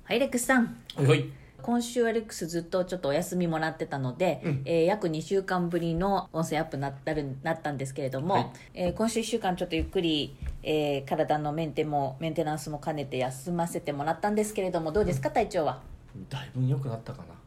はい、レックスさん。 はいはい。 今週はレックスずっとちょっとお休みもらってたので、約2週間ぶりの音声アップになったんですけれども、 はい今週1週間ちょっとゆっくり、体のメンテナンスも兼ねて休ませてもらったんですけれども、どうですか、体調は。 だいぶ良くなったかな。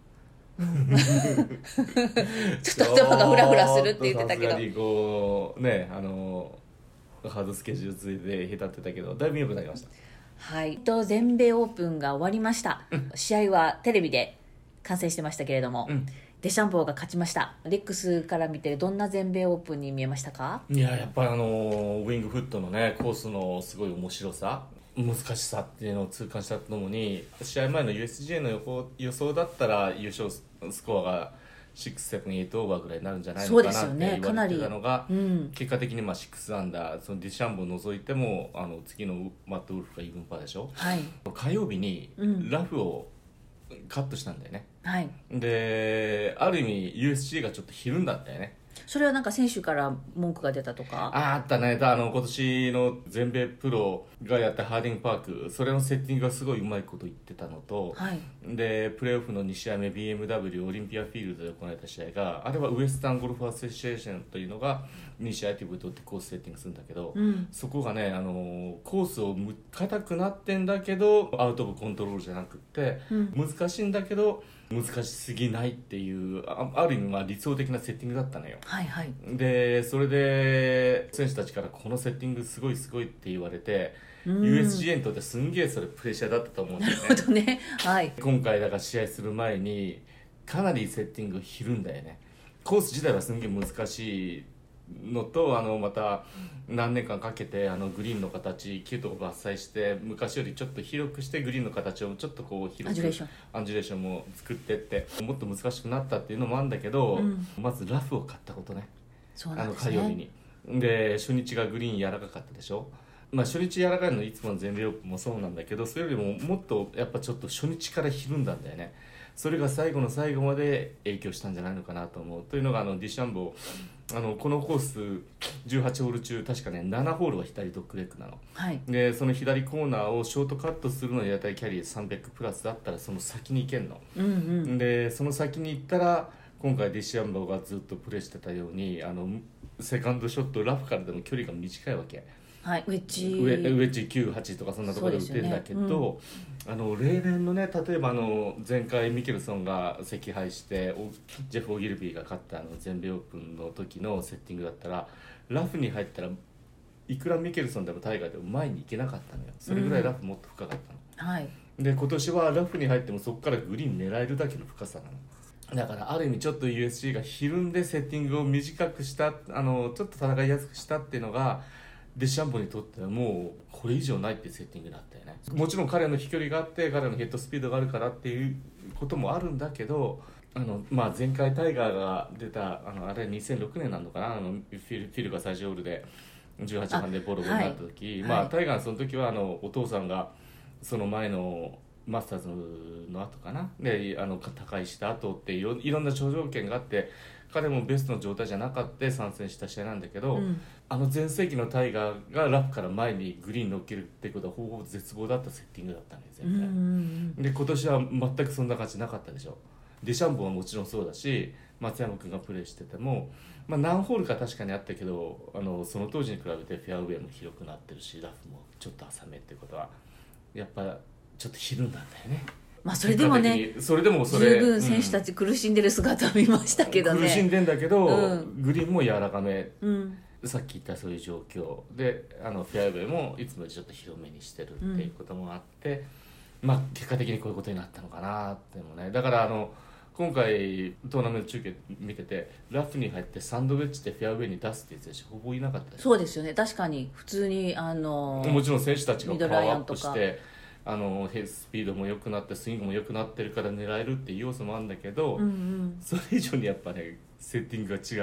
ちょっと頭がフラフラするって言ってたけど、 さすがにこうね、ハードスケジュールついて浸ってたけど、だいぶ良くなりました。 はい、全米オープンが終わりました。試合はテレビで観戦してましたけれども、デシャンボーが勝ちました。レックスから見てどんな全米オープンに見えましたか？ いや、やっぱりウィングフットのねコースのすごい面白さ、難しさっていうのを痛感したとともに、試合前の USGA の予想だったら優勝スコアが6、7、8オーバーぐらいになるんじゃないのかなって言われてたのが、結果的に6アンダー、そのディシャンボを除いても次のマット・ウルフがイーブンパーでしょ、 はい、 火曜日にラフをカットしたんだよね、 はい、 である意味 USGA がちょっとひるんだんだよね。 それはなんか選手から文句が出たとか？ あったね。今年の全米プロがやったハーディングパーク、それのセッティングがすごいうまいこと言ってたのと、 はい、 でプレーオフの2試合目 BMW オリンピアフィールドで行われた試合が、あれはウエスタンゴルフアソシエーションというのがイニシアティブを取ってコースセッティングするんだけど、そこがねコースを硬くなってんだけどアウトオブコントロールじゃなくって、難しいんだけど難しすぎないっていう、ある意味理想的なセッティングだったのよ。 はいはい、 でそれで選手たちからこのセッティングすごいすごいって言われて、USGA にとってすんげえそれプレッシャーだったと思うんだよね。 なるほどね、はい、 今回だから試合する前にかなりセッティングひるんだよね。コース自体はすんげえ難しいのと、また何年間かけてグリーンの形木と伐採して昔よりちょっと広くしてグリーンの形をちょっとこう広くアンジュレーションも作ってってもっと難しくなったっていうのもあるんだけど、まずラフを買ったことね。 そうなんですね。 火曜日にで初日がグリーン柔らかかったでしょ。初日柔らかいのいつもの全米オープンもそうなんだけど、それよりももっとやっぱちょっと初日からひるんだんだよね。それが最後の最後まで影響したんじゃないのかなと思う。というのがディシャンボこのコース18ホール中確かね7ホールは左ドッグレッグなの、 はい、 でその左コーナーをショートカットするのに大体キャリー300プラスだったらその先に行けんの、でその先に行ったら今回ディシャンボがずっとプレーしてたようにセカンドショットラフからでも距離が短いわけ、 はい、ウェッジ 9、8とかそんなところで打てるんだけど、例年のね、例えば前回ミケルソンが惜敗してジェフ・オギルビーが勝った全米オープンの時のセッティングだったらラフに入ったらいくらミケルソンでもタイガーでも前に行けなかったのよ。それぐらいラフもっと深かったの、 はい、 で今年はラフに入ってもそこからグリーン狙えるだけの深さなのだから、ある意味ちょっと USG がひるんでセッティングを短くしたちょっと戦いやすくしたっていうのがデシャンボにとってはもうこれ以上ないっていうセッティングだったよね。もちろん彼の飛距離があって彼のヘッドスピードがあるからっていうこともあるんだけど、前回タイガーが出たあれ2006年なのかな、フィルが最初ホールで18番でボロボロになった時、タイガーのその時はお父さんがその前のマスターズの後かなで他界した後っていろんな条件があって彼もベストの状態じゃなかった参戦した試合なんだけど、全盛期のタイガーがラフから前にグリーン乗っけるってことはほぼ絶望だったセッティングだったんですよね、で今年は全くそんな感じなかったでしょ。デシャンボはもちろんそうだし松山君がプレーしてても、何ホールか確かにあったけどその当時に比べてフェアウェイも広くなってるしラフもちょっと浅めっていうことはやっぱちょっとひるんだんだよね。 それでもね、十分選手たち苦しんでる姿を見ましたけどね。 苦しんでんだけど、グリーンも柔らかめ、さっき言ったそういう状況でフェアウェイもいつもよりちょっと広めにしてるっていうこともあって、結果的にこういうことになったのかなってもね。だから今回トーナメント中継見ててラフに入ってサンドウェッジでフェアウェイに出すっていう選手ほぼいなかったです。 そうですよね。確かに普通にもちろん選手たちがパワーアップしてヘスピードも良くなってスイングも良くなってるから狙えるっていう要素もあるんだけど、それ以上にやっぱねセッティングが違うのよ。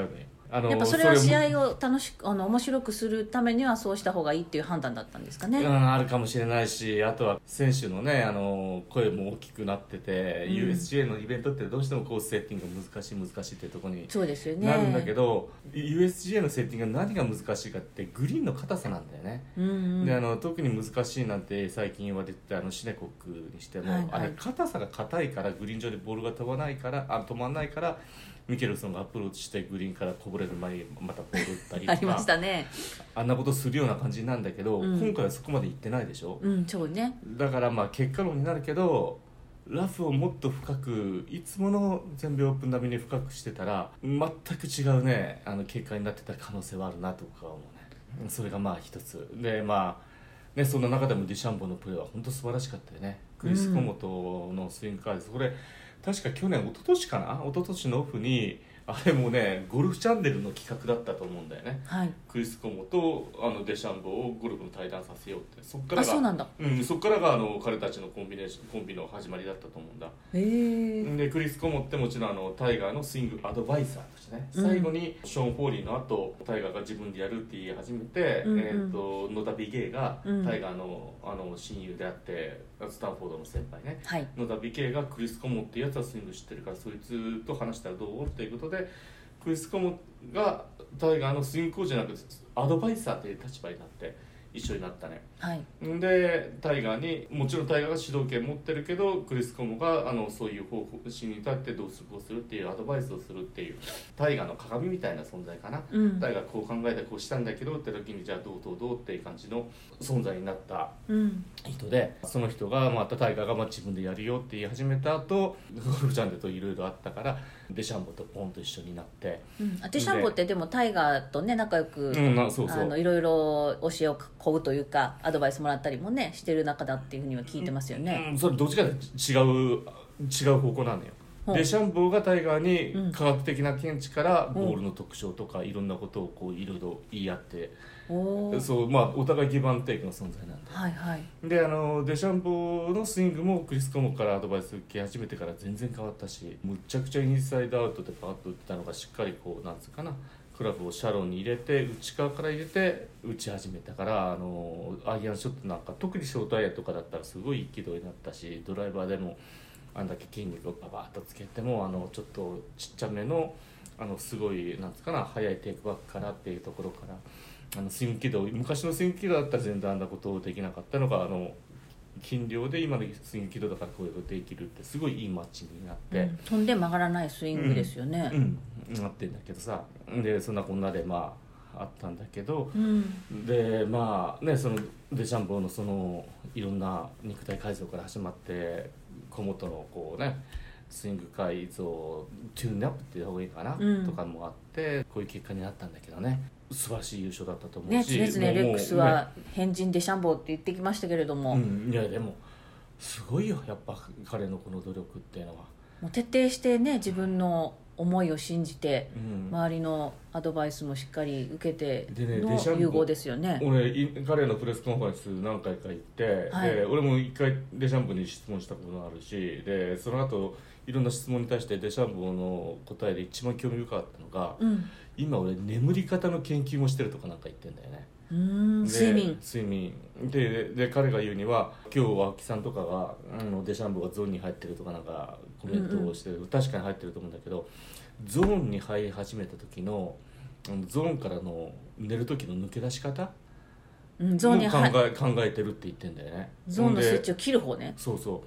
やっぱそれは試合を楽しく面白くするためにはそうした方がいいっていう判断だったんですかね。 あるかもしれないし、あとは選手のね声も大きくなってて、USGA のイベントってどうしてもこうセッティングが難しいってところにそうですよねなるんだけど、USGA のセッティングが何が難しいかってグリーンの硬さなんだよね、で特に難しいなんて最近言われてシネコックにしても、あれ硬さが硬いからグリーン上でボールが飛ばないから止まらないから、ミケルソンがアプローチしてグリーンからこぼれる前にまたボール打ったりとかありましたね。 あんなことするような感じなんだけど、今回はそこまで行ってないでしょ、 そうね。 だから結果論になるけど、ラフをもっと深くいつもの全米オープン並みに深くしてたら全く違うね結果になってた可能性はあるなとか思うね。それが一つでね、そんな中でもデュシャンボのプレーは本当素晴らしかったよね。クリス・コモトのスイングカーです。これ確か去年一昨年かな、一昨年のオフにあれもねゴルフチャンネルの企画だったと思うんだよね、クリス・コモとデシャンボをゴルフの対談させようって、そっからがそうなんだ、 そっからが彼たちのコンビの始まりだったと思うんだ。でクリス・コモってもちろんタイガーのスイングアドバイザーとしてね、最後にショーン・フォーリーの後タイガーが自分でやるって言い始めて、ノダ・ビゲイがタイガーの親友であってスタンフォードの先輩ね、ノダ・ビゲイがクリス・コモっていうやつはスイング知ってるからそいつと話したらどうっていうことで、クリス・コモがタイガーのスイングコーチじゃなくてアドバイザーという立場になって一緒になったね、でタイガーにもちろんタイガーが主導権持ってるけどクリス・コモがそういう方針に立ってどうするこうするっていうアドバイスをするっていうタイガーの鏡みたいな存在かな、タイガーこう考えてこうしたんだけどって時にじゃあどうっていう感じの存在になった人で、その人がまたタイガーが自分でやるよって言い始めた後ゴルフチャンネルといろいろあったからデシャンボとポンと一緒になって、 デシャンボってでもタイガーとね仲良くいろいろ教えを請うというかアドバイスもらったりもねしてる中だっていうふうには聞いてますよね、 それどっちかというと違う方向なんだよ。デシャンボーがタイガーに科学的な見地からボールの特徴とかいろんなことをこういろいろ言い合って、お互いギブアンドテイクの存在なんで、でデシャンボーのスイングもクリス・コモからアドバイス受け始めてから全然変わったし、むちゃくちゃインサイドアウトでパーッと打ってたのがしっかりこうなんつうかな、クラブをシャローに入れて内側から入れて打ち始めたから、アイアンショットなんか特にショートアイアンとかだったらすごいいい軌道になったし、ドライバーでもあんだけ筋肉をババッとつけてもちょっとちっちゃめのすごいなんつうかな速いテイクバックからっていうところからスイング軌道、昔のスイング軌道だったら全然あんなことをできなかったのが筋量で今のスイング軌道だからこういうことできるってすごいいいマッチングになって、 飛んで曲がらないスイングですよね、 なってんだけどさ、でそんなこんなであったんだけど、でそのデシャンボーのそのいろんな肉体改造から始まって小元のこうねスイング改造チューンアップっていう方がいいかな、とかもあってこういう結果になったんだけどね、素晴らしい優勝だったと思うし、 常々レックスは変人デシャンボーって言ってきましたけれども、 いやでもすごいよやっぱ彼のこの努力っていうのは。 もう徹底してね自分の思いを信じて、周りのアドバイスもしっかり受けての融合ですよね。 俺彼のプレスコンファレンス何回か行って、で俺も一回デシャンボに質問したことがあるし、でその後いろんな質問に対してデシャンボの答えで一番興味深かったのが、今俺眠り方の研究もしてるとかなんか言ってんだよね。睡眠で彼が言うには今日は秋さんとかがデシャンボがゾーンに入ってるとかなんかコメントをしてる、確かに入ってると思うんだけど、ゾーンに入り始めた時のゾーンからの寝る時の抜け出し方ゾーンに考えてるって言ってんだよね。 ゾーンのスイッチを切る方ね。 そうそう、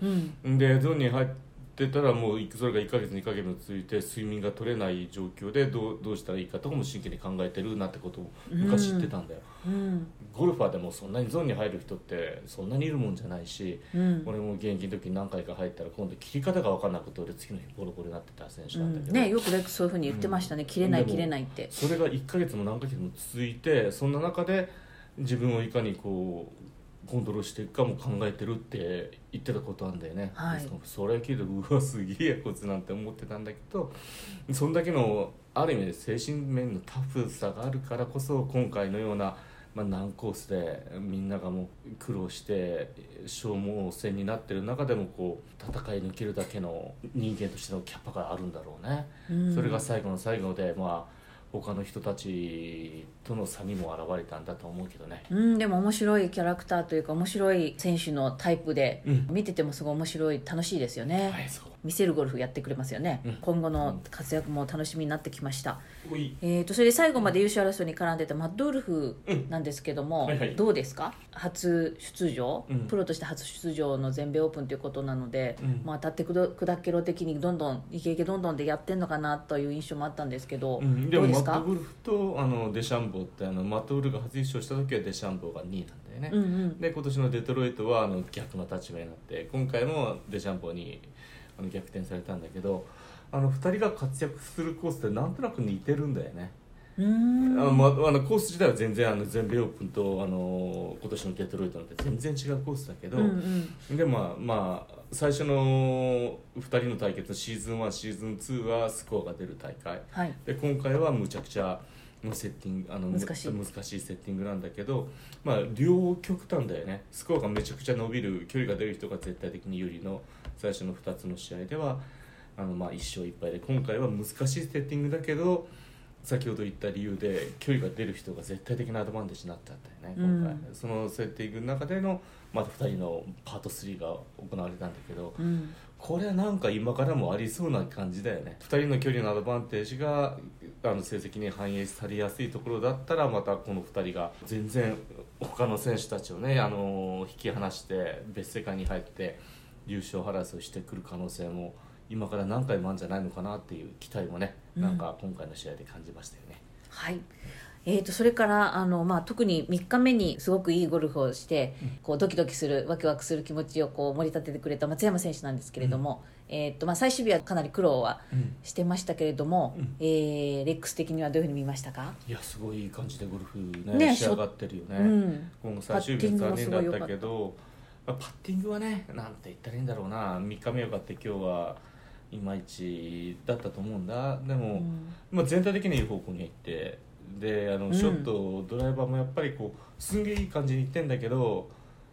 でゾーンに入ってたらもうそれが1ヶ月2ヶ月続いて睡眠が取れない状況でどうしたらいいかとかも真剣に考えてるなってことを昔言ってたんだよ、ゴルファーでもそんなにゾーンに入る人ってそんなにいるもんじゃないし、俺も現役の時に何回か入ったら今度切り方が分かんなくて俺次の日ボロボロになってた選手なんだけど、 よくレックスそういうふうに言ってましたね、切れないって。 それが1ヶ月も何ヶ月も続いて、そんな中で自分をいかにこうコントロールしていくかも考えてるって言ってたことあるんだよね、それ聞いてうわすげえこいつなんて思ってたんだけど、そんだけのある意味で精神面のタフさがあるからこそ今回のような、難コースでみんながもう苦労して消耗戦になってる中でもこう戦い抜けるだけの人間としてのキャパがあるんだろうね、それが最後の最後で他の人たちとの差にも現れたんだと思うけどね。 でも面白いキャラクターというか面白い選手のタイプで、見ててもすごい面白い、楽しいですよね、 はい、そう見せるゴルフやってくれますよね、今後の活躍も楽しみになってきました、それで最後まで優勝争いに絡んでたマッドウルフなんですけども、どうですか、初出場、プロとして初出場の全米オープンということなので、当たって砕けろ的にどんどんイケイケどんどんでやってんのかなという印象もあったんですけど、 でもマどうですか。 ットウルフとデシャンボーってマットウルフが初優勝した時はデシャンボーが2位なんだよね、で今年のデトロイトは逆の立場になって今回もデシャンボーに逆転されたんだけど、2人が活躍するコースってなんとなく似てるんだよね。コース自体は全然全米オープンと今年のデトロイトなんて全然違うコースだけど、でまあ最初の2人の対決シーズン1シーズン2はスコアが出る大会、で今回はむちゃくちゃのセッティング難しいセッティングなんだけど、両極端だよね。スコアがめちゃくちゃ伸びる、距離が出る人が絶対的に有利の最初の2つの試合では1勝1敗で、今回は難しいセッティングだけど先ほど言った理由で距離が出る人が絶対的なアドバンテージになっちゃったよね、今回。そのセッティングの中でのまた2人のパート3が行われたんだけど、これなんか今からもありそうな感じだよね。2人の距離のアドバンテージが成績に反映されやすいところだったら、またこの2人が全然他の選手たちをね引き離して別世界に入って優勝争いしてくる可能性も今から何回もあるんじゃないのかなっていう期待もね、なんか今回の試合で感じましたよね。 はい。それから特に3日目にすごくいいゴルフをして、こうドキドキするワクワクする気持ちをこう盛り立ててくれた松山選手なんですけれども、最終日はかなり苦労はしてましたけれども、レックス的にはどういうふうに見ましたか。 いやすごいいい感じでゴルフね仕上がってるよね、この最終日残念だったけどパッティングはねなんて言ったらいいんだろうな、3日目よかって今日はいまいちだったと思うんだ。でも、全体的にいい方向に行ってでショットドライバーもやっぱりこうすんげえいい感じにいってんだけど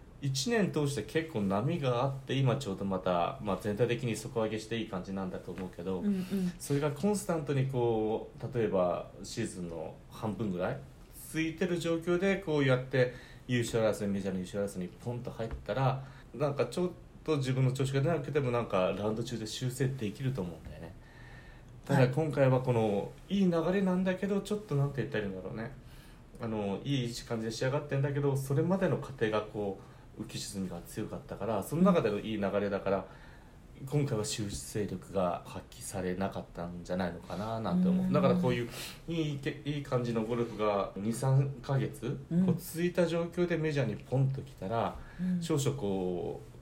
1年通して結構波があって今ちょうどまた、全体的に底上げしていい感じなんだと思うけど、それがコンスタントにこう例えばシーズンの半分ぐらい続いてる状況でこうやって優勝争いメジャーの優勝争いにポンと入ったらなんかちょっと自分の調子が出なくてもなんかラウンド中で修正できると思うんだよね。ただ今回はこのいい流れなんだけどちょっとなんて言ったらいいんだろうね、いい感じで仕上がってんだけどそれまでの過程がこう浮き沈みが強かったからその中でのいい流れだから今回は修正力が発揮されなかったんじゃないのかななんて思う。だからこういういい感じのゴルフが 2,3 ヶ月続いた状況でメジャーにポンと来たら、少々こう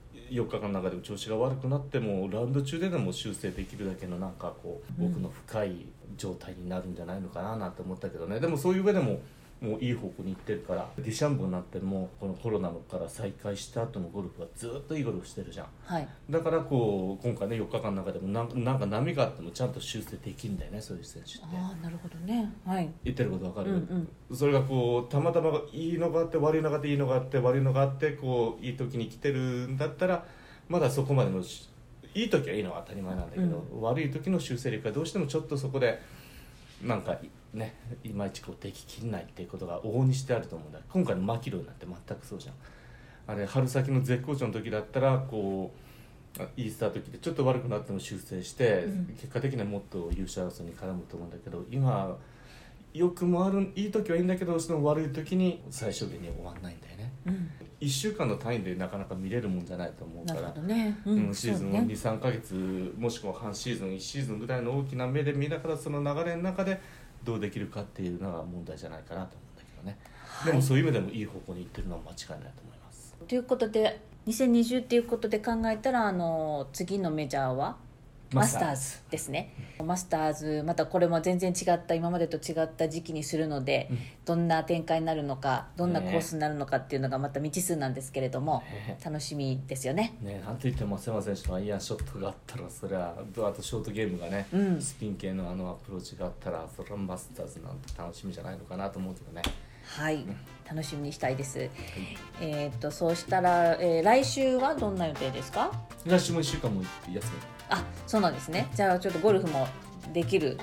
4日間の中でも調子が悪くなってもラウンド中ででも修正できるだけのなんかこう奥の深い状態になるんじゃないのかななんて思ったけどね。でもそういう上でももういい方向に行ってるからディシャンボになってもこのコロナから再開した後のゴルフはずっといいゴルフしてるじゃん、だからこう今回ね4日間の中でもなんか波があってもちゃんと修正できるんだよね、そういう選手って。 なるほどね、 言ってることわかる、それがこうたまたまいいのがあって悪いのがあっていいのがあって悪いのがあってこういい時に来てるんだったらまだそこまでのいい時はいいのは当たり前なんだけど、悪い時の修正力がどうしてもちょっとそこでなんかねいまいちこうでききんないっていうことが往々にしてあると思うんだ。今回のマキロイなんて全くそうじゃん。あれ春先の絶好調の時だったらこういいスタート期でちょっと悪くなっても修正して、結果的にはもっと優勝争いに絡むと思うんだけど今良くもあるいい時はいいんだけどその悪い時に最小限に終わんないんだよね、1週間の単位でなかなか見れるもんじゃないと思うから、シーズンを 2,3 ヶ月もしくは半シーズン1シーズンぐらいの大きな目で見ながらその流れの中でどうできるかっていうのが問題じゃないかなと思うんだけどね、でもそういう意味でもいい方向に行ってるのは間違いないと思います。 ということで2020っていうことで考えたら次のメジャーはマスターズですね。マスターズまたこれも全然違った今までと違った時期にするので、どんな展開になるのかどんなコースになるのかっていうのがまた未知数なんですけれども、楽しみですよね。 なんといっても松山選手のアイアンショットがあったらそれはあとショートゲームがね、スピン系のアプローチがあったらそれはマスターズなんて楽しみじゃないのかなと思うけどね。 楽しみにしたいです、そうしたら、来週はどんな予定ですか。 来週も1週間も休み。 そうなんですね。じゃあちょっとゴルフもできる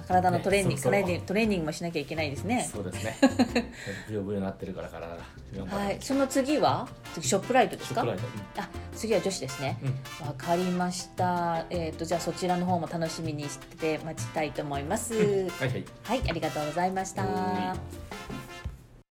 体のトレーニングもしなきゃいけないですね。 そうですね。ブヨブヨなってるから体が。 はい。その次はショップライトですか？ ショップライト。 次は女子ですね。わかりました。じゃあそちらの方も楽しみにして待ちたいと思います。 はいはい。 はい、ありがとうございました。